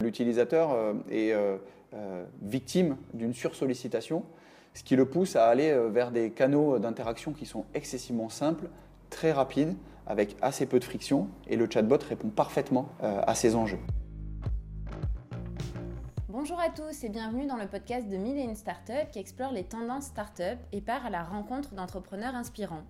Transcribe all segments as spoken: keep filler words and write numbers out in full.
l'utilisateur euh, est euh, euh, victime d'une sursollicitation, ce qui le pousse à aller euh, vers des canaux d'interaction qui sont excessivement simples, très rapides, avec assez peu de friction, et le chatbot répond parfaitement euh, à ces enjeux. Bonjour à tous et bienvenue dans le podcast de Mille et une Startups qui explore les tendances startup et part à la rencontre d'entrepreneurs inspirants.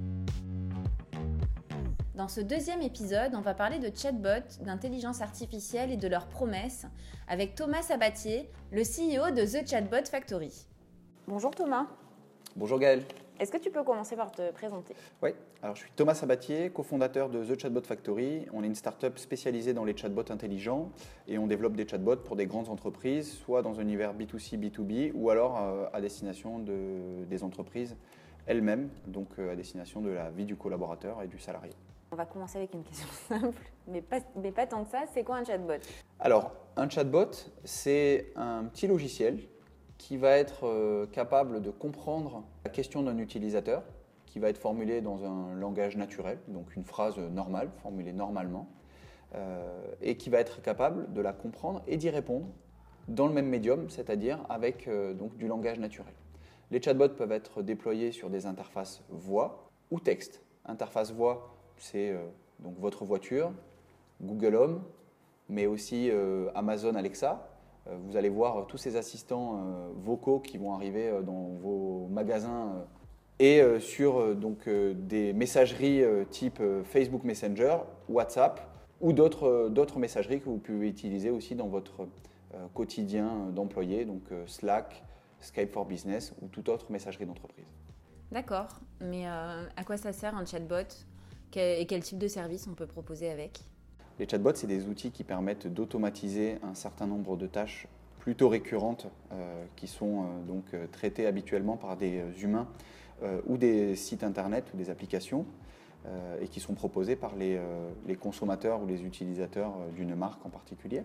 Dans ce deuxième épisode, on va parler de chatbot, d'intelligence artificielle et de leurs promesses avec Thomas Sabatier, le C E O de The Chatbot Factory. Bonjour Thomas. Bonjour Gaël. Est-ce que tu peux commencer par te présenter ? Oui, alors je suis Thomas Sabatier, cofondateur de The Chatbot Factory. On est une start-up spécialisée dans les chatbots intelligents et on développe des chatbots pour des grandes entreprises, soit dans un univers B deux C, B deux B ou alors à destination de, des entreprises elles-mêmes, donc à destination de la vie du collaborateur et du salarié. On va commencer avec une question simple, mais pas, mais pas tant que ça. C'est quoi un chatbot ? Alors, un chatbot, c'est un petit logiciel qui va être euh, capable de comprendre la question d'un utilisateur, qui va être formulée dans un langage naturel, donc une phrase normale, formulée normalement, euh, et qui va être capable de la comprendre et d'y répondre dans le même médium, c'est-à-dire avec euh, donc, du langage naturel. Les chatbots peuvent être déployés sur des interfaces voix ou texte. Interface voix, c'est euh, donc votre voiture, Google Home, mais aussi euh, Amazon Alexa. Vous allez voir tous ces assistants euh, vocaux qui vont arriver euh, dans vos magasins euh, et euh, sur euh, donc, euh, des messageries euh, type euh, Facebook Messenger, WhatsApp ou d'autres euh, d'autres messageries que vous pouvez utiliser aussi dans votre euh, quotidien d'employé, donc euh, Slack, Skype for Business ou toute autre messagerie d'entreprise. D'accord, mais euh, à quoi ça sert un chatbot et quel type de service on peut proposer avec ? Les chatbots, c'est des outils qui permettent d'automatiser un certain nombre de tâches plutôt récurrentes euh, qui sont euh, donc euh, traitées habituellement par des humains euh, ou des sites internet ou des applications euh, et qui sont proposées par les, euh, les consommateurs ou les utilisateurs euh, d'une marque en particulier.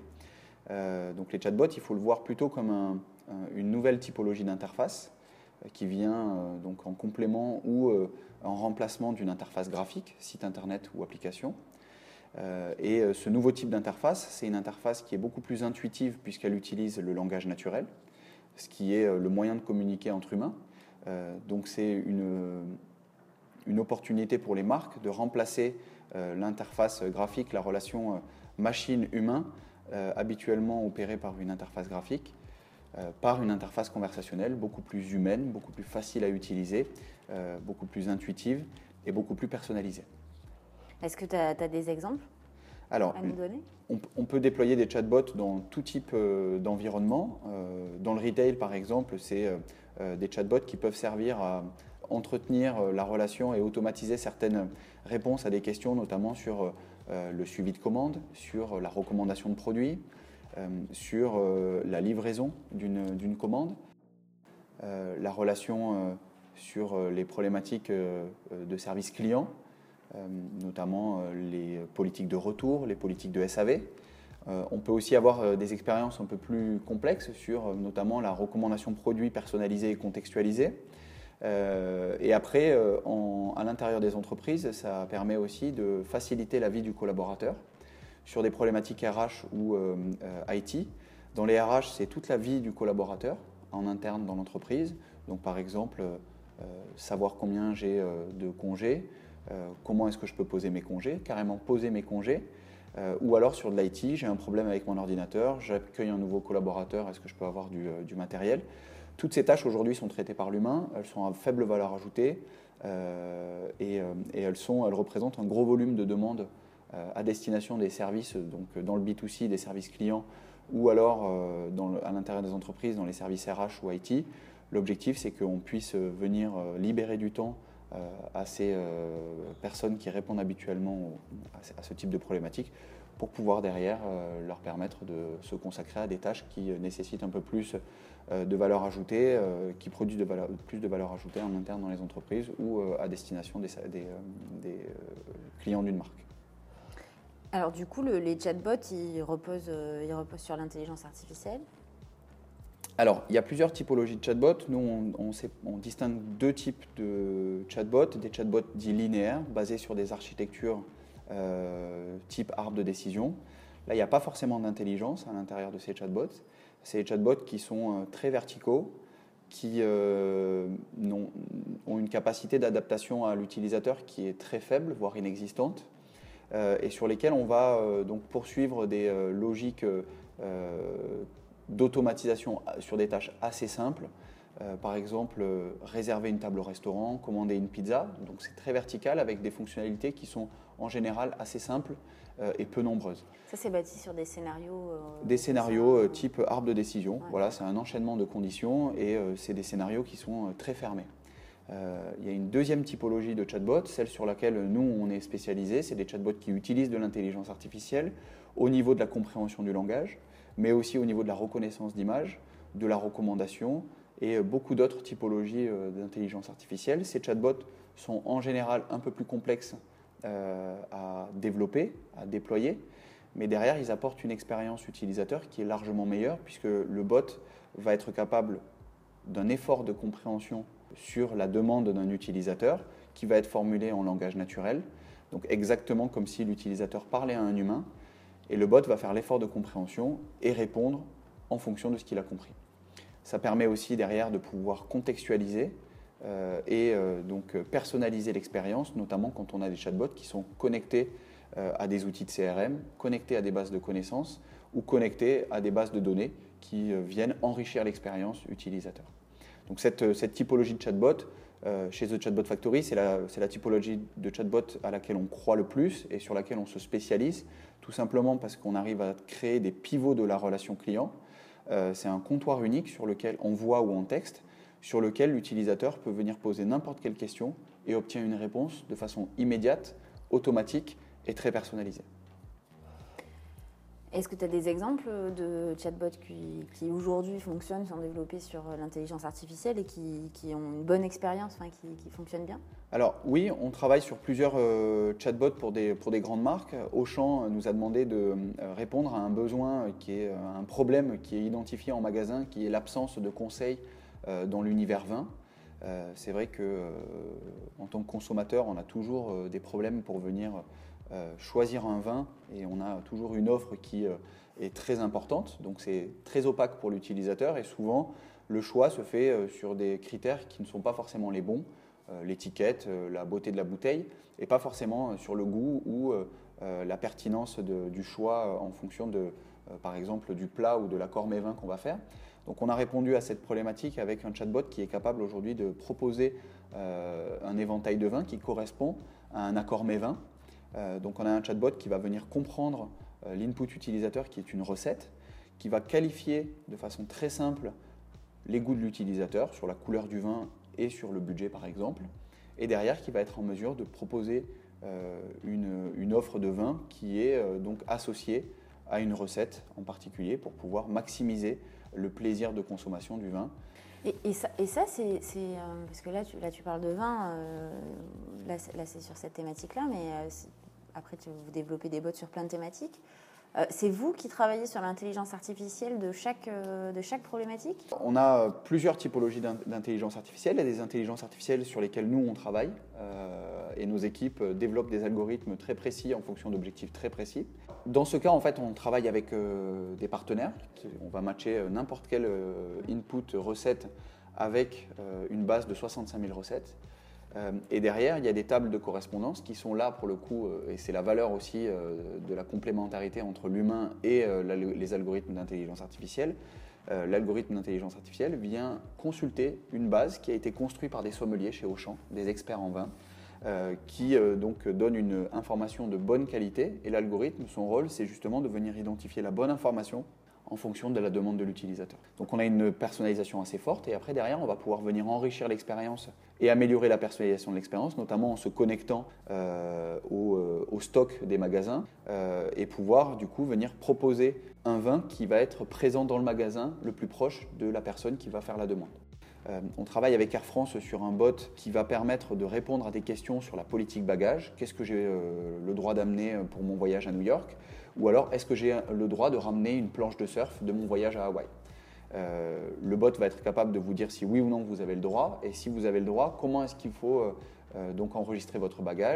Euh, donc les chatbots, il faut le voir plutôt comme un, un, une nouvelle typologie d'interface euh, qui vient euh, donc en complément ou euh, en remplacement d'une interface graphique, site internet ou application. Euh, et euh, ce nouveau type d'interface, c'est une interface qui est beaucoup plus intuitive puisqu'elle utilise le langage naturel, ce qui est euh, le moyen de communiquer entre humains. Euh, donc c'est une, une opportunité pour les marques de remplacer euh, l'interface graphique, la relation euh, machine-humain, euh, habituellement opérée par une interface graphique, euh, par une interface conversationnelle beaucoup plus humaine, beaucoup plus facile à utiliser, euh, beaucoup plus intuitive et beaucoup plus personnalisée. Est-ce que tu as, tu as des exemples Alors, à nous donner ? on, on peut déployer des chatbots dans tout type euh, d'environnement. Euh, dans le retail, par exemple, c'est euh, des chatbots qui peuvent servir à entretenir euh, la relation et automatiser certaines réponses à des questions, notamment sur euh, le suivi de commandes, sur la recommandation de produits, euh, sur euh, la livraison d'une, d'une commande, euh, la relation euh, sur les problématiques euh, de service client. Euh, notamment euh, les politiques de retour, les politiques de S A V. Euh, on peut aussi avoir euh, des expériences un peu plus complexes sur euh, notamment la recommandation de produits personnalisés et contextualisés. Euh, et après, euh, en, à l'intérieur des entreprises, ça permet aussi de faciliter la vie du collaborateur sur des problématiques R H ou euh, euh, I T. Dans les R H, c'est toute la vie du collaborateur en interne dans l'entreprise. Donc par exemple, euh, savoir combien j'ai euh, de congés, Euh, comment est-ce que je peux poser mes congés, carrément poser mes congés, euh, ou alors sur de l'I T, j'ai un problème avec mon ordinateur, j'accueille un nouveau collaborateur, est-ce que je peux avoir du, euh, du matériel. Toutes ces tâches aujourd'hui sont traitées par l'humain, elles sont à faible valeur ajoutée euh, et, euh, et elles, sont, elles représentent un gros volume de demandes euh, à destination des services, donc dans le B deux C, des services clients, ou alors euh, dans le, à l'intérieur des entreprises, dans les services R H ou I T. L'objectif, c'est qu'on puisse venir euh, libérer du temps à ces euh, personnes qui répondent habituellement au, à ce type de problématiques pour pouvoir derrière euh, leur permettre de se consacrer à des tâches qui nécessitent un peu plus euh, de valeur ajoutée, euh, qui produisent de valeur, plus de valeur ajoutée en interne dans les entreprises ou euh, à destination des, des, des euh, clients d'une marque. Alors du coup, le, les chatbots, ils reposent, euh, ils reposent sur l'intelligence artificielle ? Alors, il y a plusieurs typologies de chatbots. Nous, on, on, sait, on distingue deux types de chatbots. Des chatbots dits linéaires, basés sur des architectures euh, type arbre de décision. Là, il n'y a pas forcément d'intelligence à l'intérieur de ces chatbots. C'est des chatbots qui sont euh, très verticaux, qui euh, ont, ont une capacité d'adaptation à l'utilisateur qui est très faible, voire inexistante, euh, et sur lesquels on va euh, donc poursuivre des euh, logiques euh, d'automatisation sur des tâches assez simples. Euh, par exemple, euh, réserver une table au restaurant, commander une pizza. Donc c'est très vertical avec des fonctionnalités qui sont en général assez simples euh, et peu nombreuses. Ça, c'est bâti sur des scénarios euh, Des scénarios ça, euh, type arbre de décision. Ouais. Voilà, c'est un enchaînement de conditions et euh, c'est des scénarios qui sont euh, très fermés. Euh, il y a une deuxième typologie de chatbot, celle sur laquelle nous on est spécialisé. C'est des chatbots qui utilisent de l'intelligence artificielle au niveau de la compréhension du langage, mais aussi au niveau de la reconnaissance d'image, de la recommandation et beaucoup d'autres typologies d'intelligence artificielle. Ces chatbots sont en général un peu plus complexes euh, à développer, à déployer, mais derrière, ils apportent une expérience utilisateur qui est largement meilleure puisque le bot va être capable d'un effort de compréhension sur la demande d'un utilisateur qui va être formulé en langage naturel, donc exactement comme si l'utilisateur parlait à un humain, et le bot va faire l'effort de compréhension et répondre en fonction de ce qu'il a compris. Ça permet aussi derrière de pouvoir contextualiser euh, et euh, donc personnaliser l'expérience, notamment quand on a des chatbots qui sont connectés euh, à des outils de C R M, connectés à des bases de connaissances ou connectés à des bases de données qui euh, viennent enrichir l'expérience utilisateur. Donc cette, cette typologie de chatbot, euh, chez The Chatbot Factory, c'est la, c'est la typologie de chatbot à laquelle on croit le plus et sur laquelle on se spécialise, tout simplement parce qu'on arrive à créer des pivots de la relation client. Euh, c'est un comptoir unique sur lequel, en voix ou en texte, sur lequel l'utilisateur peut venir poser n'importe quelle question et obtient une réponse de façon immédiate, automatique et très personnalisée. Est-ce que tu as des exemples de chatbots qui, qui aujourd'hui fonctionnent, sont développés sur l'intelligence artificielle et qui, qui ont une bonne expérience, enfin, qui, qui fonctionnent bien? Alors oui, on travaille sur plusieurs euh, chatbots pour des, pour des grandes marques. Auchan nous a demandé de euh, répondre à un besoin qui est euh, un problème qui est identifié en magasin, qui est l'absence de conseils euh, dans l'univers vin. Euh, c'est vrai que euh, en tant que consommateur, on a toujours euh, des problèmes pour venir euh, choisir un vin et on a toujours une offre qui euh, est très importante. Donc c'est très opaque pour l'utilisateur et souvent le choix se fait euh, sur des critères qui ne sont pas forcément les bons. L'étiquette, la beauté de la bouteille, et pas forcément sur le goût ou euh, la pertinence de, du choix en fonction de, euh, par exemple, du plat ou de l'accord mets vin qu'on va faire. Donc on a répondu à cette problématique avec un chatbot qui est capable aujourd'hui de proposer euh, un éventail de vins qui correspond à un accord mets vin. Euh, donc on a un chatbot qui va venir comprendre euh, l'input utilisateur qui est une recette, qui va qualifier de façon très simple les goûts de l'utilisateur sur la couleur du vin et sur le budget par exemple, et derrière qui va être en mesure de proposer euh, une, une offre de vin qui est euh, donc associée à une recette en particulier pour pouvoir maximiser le plaisir de consommation du vin. Et, et ça, et ça c'est, c'est euh, parce que là tu, là tu parles de vin, euh, là, c'est, là c'est sur cette thématique-là, mais euh, après tu, vous développez des bots sur plein de thématiques. Euh, c'est vous qui travaillez sur l'intelligence artificielle de chaque, euh, de chaque problématique? On a plusieurs typologies d'intelligence artificielle. Il y a des intelligences artificielles sur lesquelles nous, on travaille euh, et nos équipes développent des algorithmes très précis en fonction d'objectifs très précis. Dans ce cas, en fait, on travaille avec euh, des partenaires. On va matcher n'importe quel euh, input recette avec euh, une base de soixante-cinq mille recettes. Et derrière, il y a des tables de correspondance qui sont là pour le coup, et c'est la valeur aussi de la complémentarité entre l'humain et les algorithmes d'intelligence artificielle. L'algorithme d'intelligence artificielle vient consulter une base qui a été construite par des sommeliers chez Auchan, des experts en vin, qui donc donne une information de bonne qualité. Et l'algorithme, son rôle, c'est justement de venir identifier la bonne information en fonction de la demande de l'utilisateur. Donc on a une personnalisation assez forte et après derrière on va pouvoir venir enrichir l'expérience et améliorer la personnalisation de l'expérience, notamment en se connectant euh, au, euh, au stock des magasins euh, et pouvoir du coup venir proposer un vin qui va être présent dans le magasin le plus proche de la personne qui va faire la demande. Euh, on travaille avec Air France sur un bot qui va permettre de répondre à des questions sur la politique bagage. Qu'est-ce que j'ai euh, le droit d'amener pour mon voyage à New York? Ou alors, est-ce que j'ai le droit de ramener une planche de surf de mon voyage à Hawaï? euh, Le bot va être capable de vous dire si oui ou non vous avez le droit. Et si vous avez le droit, comment est-ce qu'il faut euh, donc enregistrer votre bagage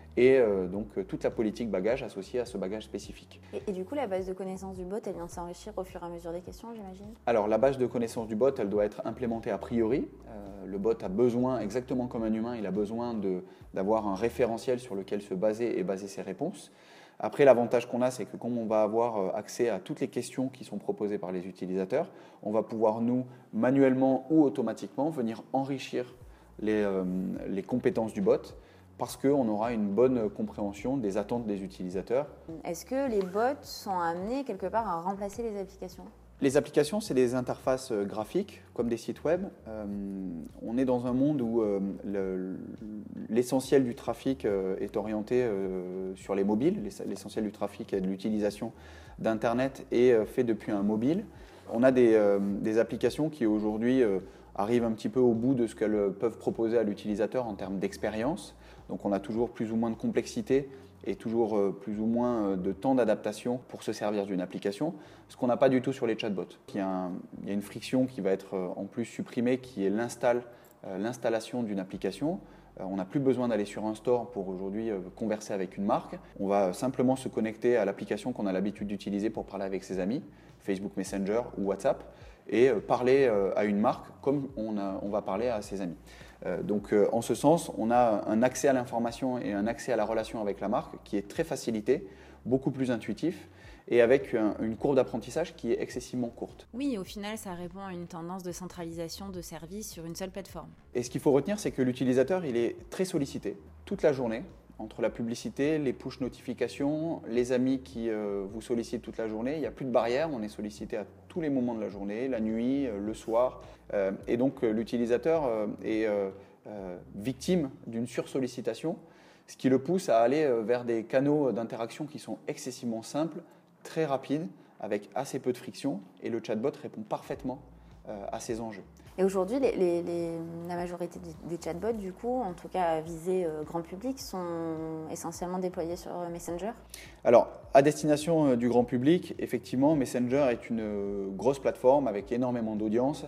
et euh, donc euh, toute la politique bagage associée à ce bagage spécifique. Et, et du coup, la base de connaissances du bot, elle vient de s'enrichir au fur et à mesure des questions, j'imagine? Alors la base de connaissances du bot, elle doit être implémentée a priori. Euh, le bot a besoin, exactement comme un humain, il a besoin de, d'avoir un référentiel sur lequel se baser et baser ses réponses. Après, l'avantage qu'on a, c'est que comme on va avoir accès à toutes les questions qui sont proposées par les utilisateurs, on va pouvoir, nous, manuellement ou automatiquement, venir enrichir les, euh, les compétences du bot parce qu'on aura une bonne compréhension des attentes des utilisateurs. Est-ce que les bots sont amenés quelque part à remplacer les applications? Les applications, c'est des interfaces graphiques, comme des sites web. Euh, on est dans un monde où euh, le, l'essentiel du trafic euh, est orienté euh, sur les mobiles. L'essentiel du trafic et de l'utilisation d'Internet est euh, fait depuis un mobile. On a des, euh, des applications qui aujourd'hui euh, arrivent un petit peu au bout de ce qu'elles peuvent proposer à l'utilisateur en termes d'expérience. Donc on a toujours plus ou moins de complexité et toujours euh, plus ou moins euh, de temps d'adaptation pour se servir d'une application, ce qu'on n'a pas du tout sur les chatbots. Il y a, un, il y a une friction qui va être euh, en plus supprimée, qui est l'install, euh, l'installation d'une application. Euh, on n'a plus besoin d'aller sur un store pour aujourd'hui euh, converser avec une marque. On va simplement se connecter à l'application qu'on a l'habitude d'utiliser pour parler avec ses amis, Facebook Messenger ou WhatsApp, et euh, parler euh, à une marque comme on, a, on va parler à ses amis. Euh, donc euh, en ce sens, on a un accès à l'information et un accès à la relation avec la marque qui est très facilité, beaucoup plus intuitif et avec un, une courbe d'apprentissage qui est excessivement courte. Oui, au final, ça répond à une tendance de centralisation de services sur une seule plateforme. Et ce qu'il faut retenir, c'est que l'utilisateur, il est très sollicité toute la journée, entre la publicité, les push notifications, les amis qui euh, vous sollicitent toute la journée. Il n'y a plus de barrière, on est sollicité à tous les moments de la journée, la nuit, euh, le soir. Euh, et donc euh, l'utilisateur euh, est euh, euh, victime d'une sursollicitation, ce qui le pousse à aller euh, vers des canaux d'interaction qui sont excessivement simples, très rapides, avec assez peu de friction. Et le chatbot répond parfaitement euh, à ces enjeux. Et aujourd'hui, les, les, les, la majorité des, des chatbots, du coup, en tout cas visés euh, grand public, sont essentiellement déployés sur Messenger? Alors, à destination du grand public, effectivement, Messenger est une grosse plateforme avec énormément d'audience.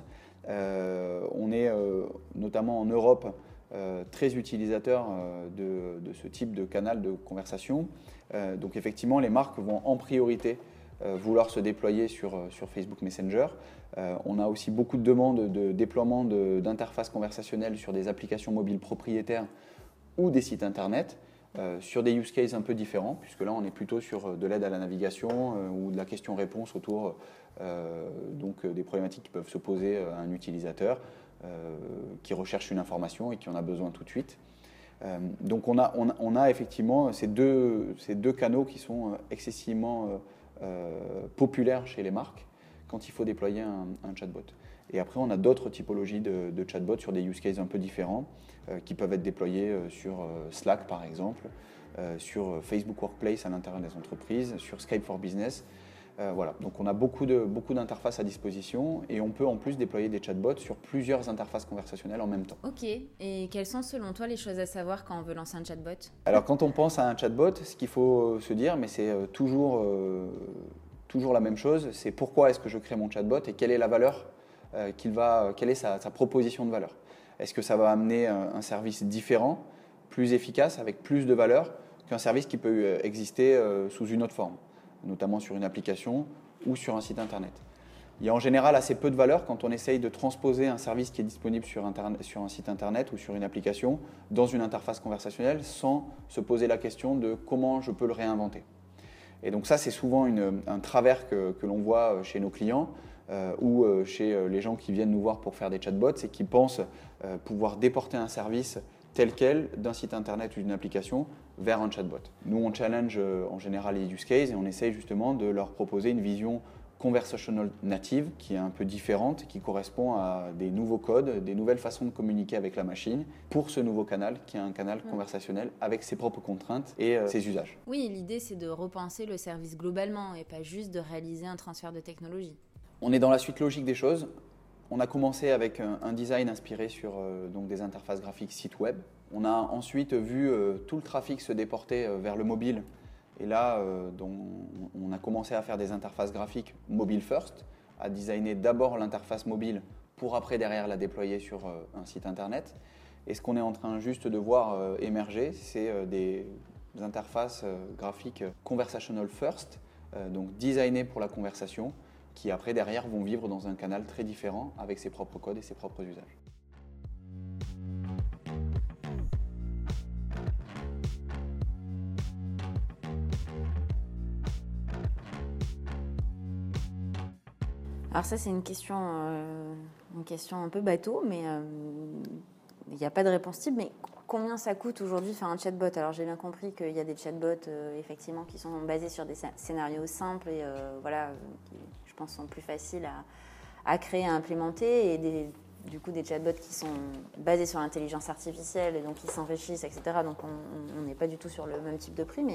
Euh, on est euh, notamment en Europe euh, très utilisateur euh, de, de ce type de canal de conversation. Euh, donc, effectivement, les marques vont en priorité euh, vouloir se déployer sur, sur Facebook Messenger. Euh, on a aussi beaucoup de demandes de déploiement de, d'interfaces conversationnelles sur des applications mobiles propriétaires ou des sites internet, euh, sur des use cases un peu différents, puisque là on est plutôt sur de l'aide à la navigation euh, ou de la question-réponse autour euh, donc, des problématiques qui peuvent se poser à un utilisateur euh, qui recherche une information et qui en a besoin tout de suite. Euh, donc on a, on, a, on a effectivement ces deux, ces deux canaux qui sont excessivement euh, euh, populaires chez les marques quand il faut déployer un, un chatbot. Et après, on a d'autres typologies de, de chatbots sur des use cases un peu différents euh, qui peuvent être déployés euh, sur euh, Slack, par exemple, euh, sur Facebook Workplace à l'intérieur des entreprises, sur Skype for Business. Euh, voilà. Donc, on a beaucoup, de, beaucoup d'interfaces à disposition et on peut en plus déployer des chatbots sur plusieurs interfaces conversationnelles en même temps. Ok. Et quelles sont, selon toi, les choses à savoir quand on veut lancer un chatbot? Alors, quand on pense à un chatbot, ce qu'il faut se dire, mais c'est euh, toujours... Euh, toujours la même chose, c'est pourquoi est-ce que je crée mon chatbot et quelle est la valeur euh, qu'il va, quelle est sa, sa proposition de valeur. Est-ce que ça va amener un, un service différent, plus efficace, avec plus de valeur qu'un service qui peut exister euh, sous une autre forme, notamment sur une application ou sur un site internet. Il y a en général assez peu de valeur quand on essaye de transposer un service qui est disponible sur, internet, sur un site internet ou sur une application dans une interface conversationnelle sans se poser la question de comment je peux le réinventer. Et donc ça, c'est souvent une, un travers que, que l'on voit chez nos clients euh, ou chez les gens qui viennent nous voir pour faire des chatbots, c'est qu'ils pensent euh, pouvoir déporter un service tel quel d'un site internet ou d'une application vers un chatbot. Nous, on challenge euh, en général les use cases et on essaye justement de leur proposer une vision conversational native qui est un peu différente, qui correspond à des nouveaux codes, des nouvelles façons de communiquer avec la machine pour ce nouveau canal qui est un canal mmh. conversationnel avec ses propres contraintes et euh, ses usages. Oui, l'idée c'est de repenser le service globalement et pas juste de réaliser un transfert de technologie. On est dans la suite logique des choses. On a commencé avec un, un design inspiré sur euh, donc des interfaces graphiques site web. On a ensuite vu euh, tout le trafic se déporter euh, vers le mobile. Et là, euh, donc, on a commencé à faire des interfaces graphiques mobile first, à designer d'abord l'interface mobile pour après derrière la déployer sur euh, un site internet. Et ce qu'on est en train juste de voir euh, émerger, c'est euh, des interfaces graphiques conversational first, donc designées pour la conversation, qui après derrière vont vivre dans un canal très différent avec ses propres codes et ses propres usages. Alors ça, c'est une question, euh, une question un peu bateau, mais euh, il n'y a pas de réponse type. Mais combien ça coûte aujourd'hui faire un chatbot? Alors j'ai bien compris qu'il y a des chatbots euh, effectivement qui sont basés sur des scénarios simples et euh, voilà, qui, je pense, sont plus faciles à, à créer, à implémenter, et des, du coup des chatbots qui sont basés sur l'intelligence artificielle et donc qui s'enrichissent, et cetera. Donc on n'est pas du tout sur le même type de prix, mais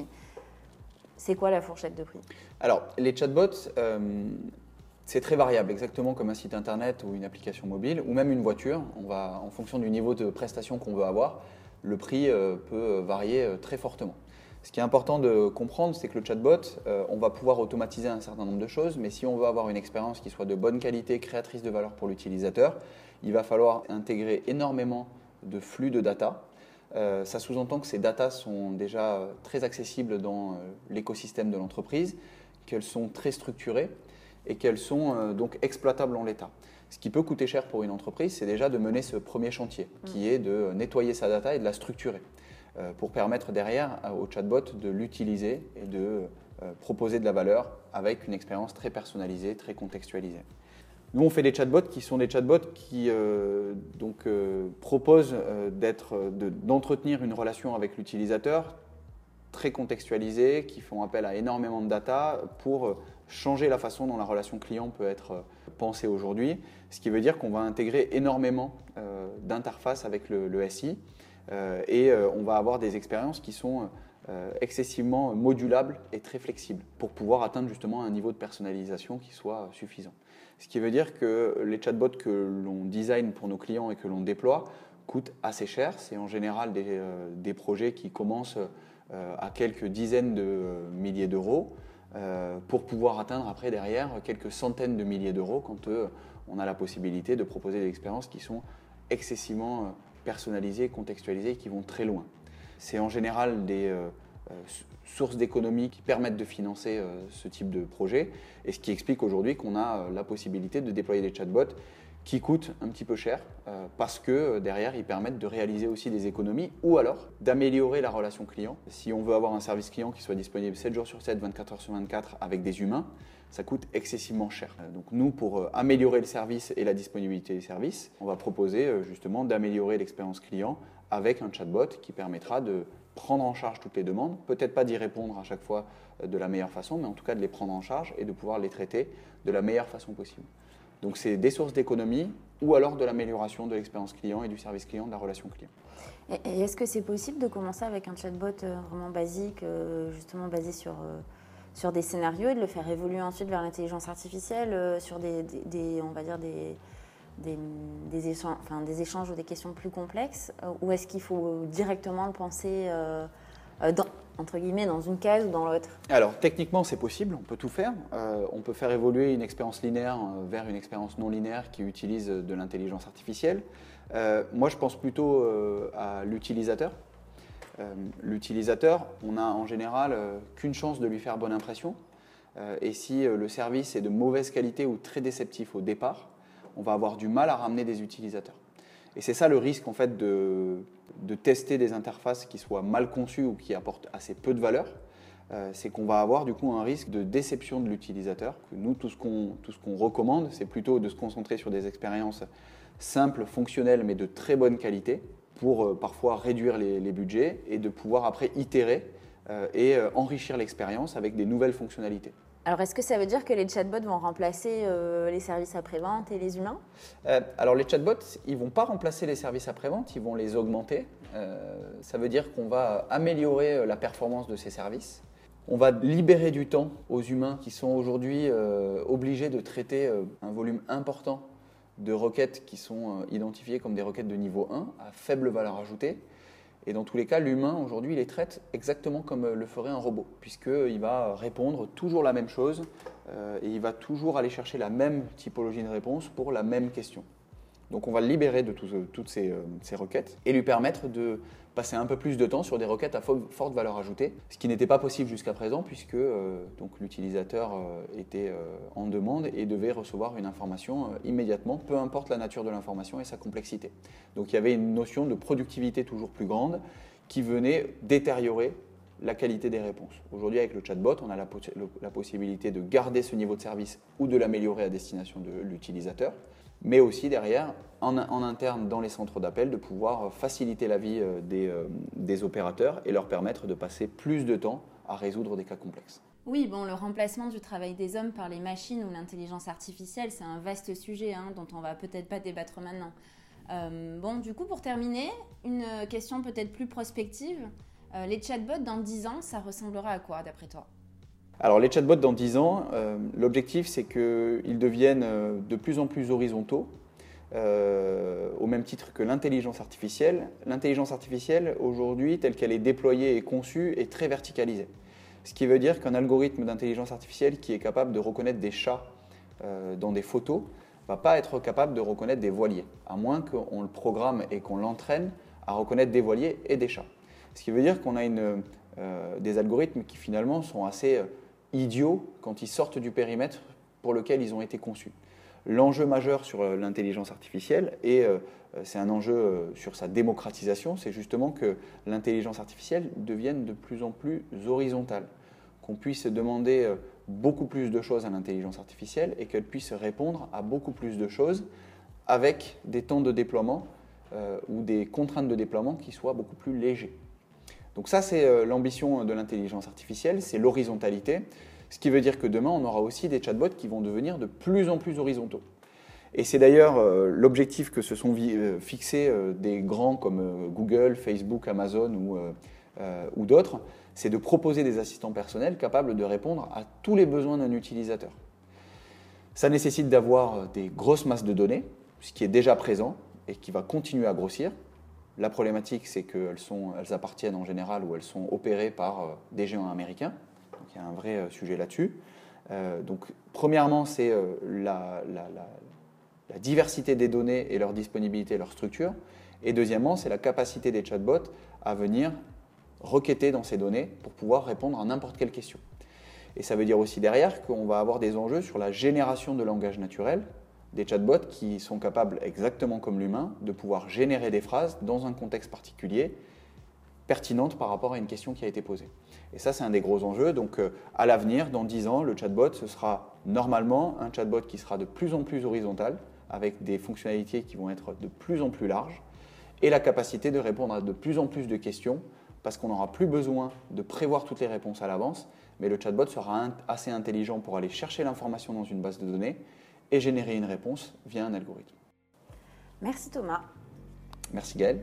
c'est quoi la fourchette de prix? Alors les chatbots, euh, c'est très variable, exactement comme un site internet ou une application mobile ou même une voiture. On va, en fonction du niveau de prestation qu'on veut avoir, le prix euh, peut varier euh, très fortement. Ce qui est important de comprendre, c'est que le chatbot, euh, on va pouvoir automatiser un certain nombre de choses, mais si on veut avoir une expérience qui soit de bonne qualité, créatrice de valeur pour l'utilisateur, il va falloir intégrer énormément de flux de data. Euh, ça sous-entend que ces datas sont déjà très accessibles dans euh, l'écosystème de l'entreprise, qu'elles sont très structurées et qu'elles sont euh, donc exploitables en l'état. Ce qui peut coûter cher pour une entreprise, c'est déjà de mener ce premier chantier, qui est de nettoyer sa data et de la structurer, euh, pour permettre derrière au chatbot de l'utiliser et de euh, proposer de la valeur avec une expérience très personnalisée, très contextualisée. Nous, on fait des chatbots qui sont des chatbots qui euh, donc, euh, proposent euh, d'être, de, d'entretenir une relation avec l'utilisateur très contextualisée, qui font appel à énormément de data pour changer la façon dont la relation client peut être pensée aujourd'hui. Ce qui veut dire qu'on va intégrer énormément euh, d'interfaces avec le, le S I euh, et euh, on va avoir des expériences qui sont euh, excessivement modulables et très flexibles pour pouvoir atteindre justement un niveau de personnalisation qui soit suffisant. Ce qui veut dire que les chatbots que l'on design pour nos clients et que l'on déploie coûtent assez cher. C'est en général des, euh, des projets qui commencent euh, à quelques dizaines de euh, milliers d'euros euh, pour pouvoir atteindre après derrière quelques centaines de milliers d'euros quand euh, on a la possibilité de proposer des expériences qui sont excessivement euh, personnalisées, contextualisées et qui vont très loin. C'est en général des euh, euh, sources d'économies qui permettent de financer euh, ce type de projet et ce qui explique aujourd'hui qu'on a euh, la possibilité de déployer des chatbots qui coûtent un petit peu cher euh, parce que euh, derrière ils permettent de réaliser aussi des économies ou alors d'améliorer la relation client. Si on veut avoir un service client qui soit disponible sept jours sur sept, vingt-quatre heures sur vingt-quatre avec des humains, ça coûte excessivement cher. Donc nous, pour euh, améliorer le service et la disponibilité des services, on va proposer euh, justement d'améliorer l'expérience client avec un chatbot qui permettra de prendre en charge toutes les demandes, peut-être pas d'y répondre à chaque fois de la meilleure façon, mais en tout cas de les prendre en charge et de pouvoir les traiter de la meilleure façon possible. Donc c'est des sources d'économie ou alors de l'amélioration de l'expérience client et du service client, de la relation client. Et est-ce que c'est possible de commencer avec un chatbot vraiment basique, justement basé sur, sur des scénarios et de le faire évoluer ensuite vers l'intelligence artificielle, sur des, des, des on va dire des, des, des, échanges, enfin, des échanges ou des questions plus complexes, ou est-ce qu'il faut directement le penser euh, dans, entre guillemets, dans une case ou dans l'autre? Alors, techniquement, c'est possible, on peut tout faire. Euh, on peut faire évoluer une expérience linéaire vers une expérience non linéaire qui utilise de l'intelligence artificielle. Euh, moi, je pense plutôt euh, à l'utilisateur. Euh, l'utilisateur, on a en général euh, qu'une chance de lui faire bonne impression. Euh, et si euh, le service est de mauvaise qualité ou très déceptif au départ, on va avoir du mal à ramener des utilisateurs. Et c'est ça le risque en fait de, de tester des interfaces qui soient mal conçues ou qui apportent assez peu de valeur. Euh, c'est qu'on va avoir du coup un risque de déception de l'utilisateur. Nous, tout ce qu'on tout ce qu'on recommande, c'est plutôt de se concentrer sur des expériences simples, fonctionnelles, mais de très bonne qualité pour euh, parfois réduire les, les budgets et de pouvoir après itérer euh, et euh, enrichir l'expérience avec des nouvelles fonctionnalités. Alors, est-ce que ça veut dire que les chatbots vont remplacer euh, les services après-vente et les humains? euh, Alors, les chatbots, ils ne vont pas remplacer les services après-vente, ils vont les augmenter. Euh, ça veut dire qu'on va améliorer la performance de ces services. On va libérer du temps aux humains qui sont aujourd'hui euh, obligés de traiter euh, un volume important de requêtes qui sont euh, identifiées comme des requêtes de niveau un à faible valeur ajoutée. Et dans tous les cas, l'humain, aujourd'hui, il les traite exactement comme le ferait un robot, puisqu'il va répondre toujours la même chose euh, et il va toujours aller chercher la même typologie de réponse pour la même question. Donc on va le libérer de tout, toutes ces, euh, ces requêtes et lui permettre de passer un peu plus de temps sur des requêtes à fo- forte valeur ajoutée, ce qui n'était pas possible jusqu'à présent puisque euh, donc l'utilisateur euh, était euh, en demande et devait recevoir une information euh, immédiatement, peu importe la nature de l'information et sa complexité. Donc il y avait une notion de productivité toujours plus grande qui venait détériorer la qualité des réponses. Aujourd'hui, avec le chatbot, on a la, po- la possibilité de garder ce niveau de service ou de l'améliorer à destination de l'utilisateur, mais aussi derrière, en, en interne dans les centres d'appel, de pouvoir faciliter la vie des, euh, des opérateurs et leur permettre de passer plus de temps à résoudre des cas complexes. Oui, bon, le remplacement du travail des hommes par les machines ou l'intelligence artificielle, c'est un vaste sujet hein, dont on va peut-être pas débattre maintenant. Euh, bon, du coup, pour terminer, une question peut-être plus prospective. Euh, les chatbots dans dix ans, ça ressemblera à quoi d'après toi ? Alors les chatbots dans dix ans, euh, l'objectif c'est qu'ils deviennent euh, de plus en plus horizontaux, euh, au même titre que l'intelligence artificielle. L'intelligence artificielle aujourd'hui, telle qu'elle est déployée et conçue, est très verticalisée. Ce qui veut dire qu'un algorithme d'intelligence artificielle qui est capable de reconnaître des chats euh, dans des photos ne va pas être capable de reconnaître des voiliers, à moins qu'on le programme et qu'on l'entraîne à reconnaître des voiliers et des chats. Ce qui veut dire qu'on a une, euh, des algorithmes qui finalement sont assez... Euh, idiots quand ils sortent du périmètre pour lequel ils ont été conçus. L'enjeu majeur sur l'intelligence artificielle, et euh, c'est un enjeu euh, sur sa démocratisation, c'est justement que l'intelligence artificielle devienne de plus en plus horizontale, qu'on puisse demander euh, beaucoup plus de choses à l'intelligence artificielle et qu'elle puisse répondre à beaucoup plus de choses avec des temps de déploiement euh, ou des contraintes de déploiement qui soient beaucoup plus légers. Donc ça, c'est l'ambition de l'intelligence artificielle, c'est l'horizontalité, ce qui veut dire que demain, on aura aussi des chatbots qui vont devenir de plus en plus horizontaux. Et c'est d'ailleurs euh, l'objectif que se sont euh, fixés euh, des grands comme euh, Google, Facebook, Amazon ou, euh, euh, ou d'autres, c'est de proposer des assistants personnels capables de répondre à tous les besoins d'un utilisateur. Ça nécessite d'avoir des grosses masses de données, ce qui est déjà présent et qui va continuer à grossir. La problématique, c'est qu'elles sont, elles appartiennent en général ou elles sont opérées par euh, des géants américains. Donc, il y a un vrai euh, sujet là-dessus. Euh, donc, premièrement, c'est euh, la, la, la, la diversité des données et leur disponibilité, leur structure. Et deuxièmement, c'est la capacité des chatbots à venir requêter dans ces données pour pouvoir répondre à n'importe quelle question. Et ça veut dire aussi derrière qu'on va avoir des enjeux sur la génération de langage naturel, des chatbots qui sont capables, exactement comme l'humain, de pouvoir générer des phrases dans un contexte particulier, pertinentes par rapport à une question qui a été posée. Et ça, c'est un des gros enjeux. Donc, euh, à l'avenir, dans dix ans, le chatbot, ce sera normalement un chatbot qui sera de plus en plus horizontal, avec des fonctionnalités qui vont être de plus en plus larges, et la capacité de répondre à de plus en plus de questions, parce qu'on n'aura plus besoin de prévoir toutes les réponses à l'avance, mais le chatbot sera assez intelligent pour aller chercher l'information dans une base de données, et générer une réponse via un algorithme. Merci Thomas. Merci Gaëlle.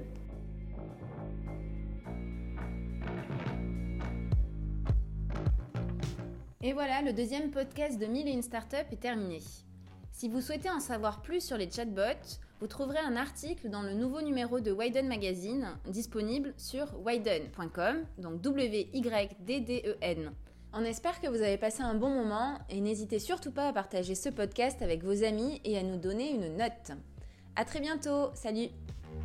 Et voilà, le deuxième podcast de mille et une startups est terminé. Si vous souhaitez en savoir plus sur les chatbots, vous trouverez un article dans le nouveau numéro de Widen Magazine, disponible sur widen point com, donc W Y D D E N. On espère que vous avez passé un bon moment et n'hésitez surtout pas à partager ce podcast avec vos amis et à nous donner une note. À très bientôt, salut!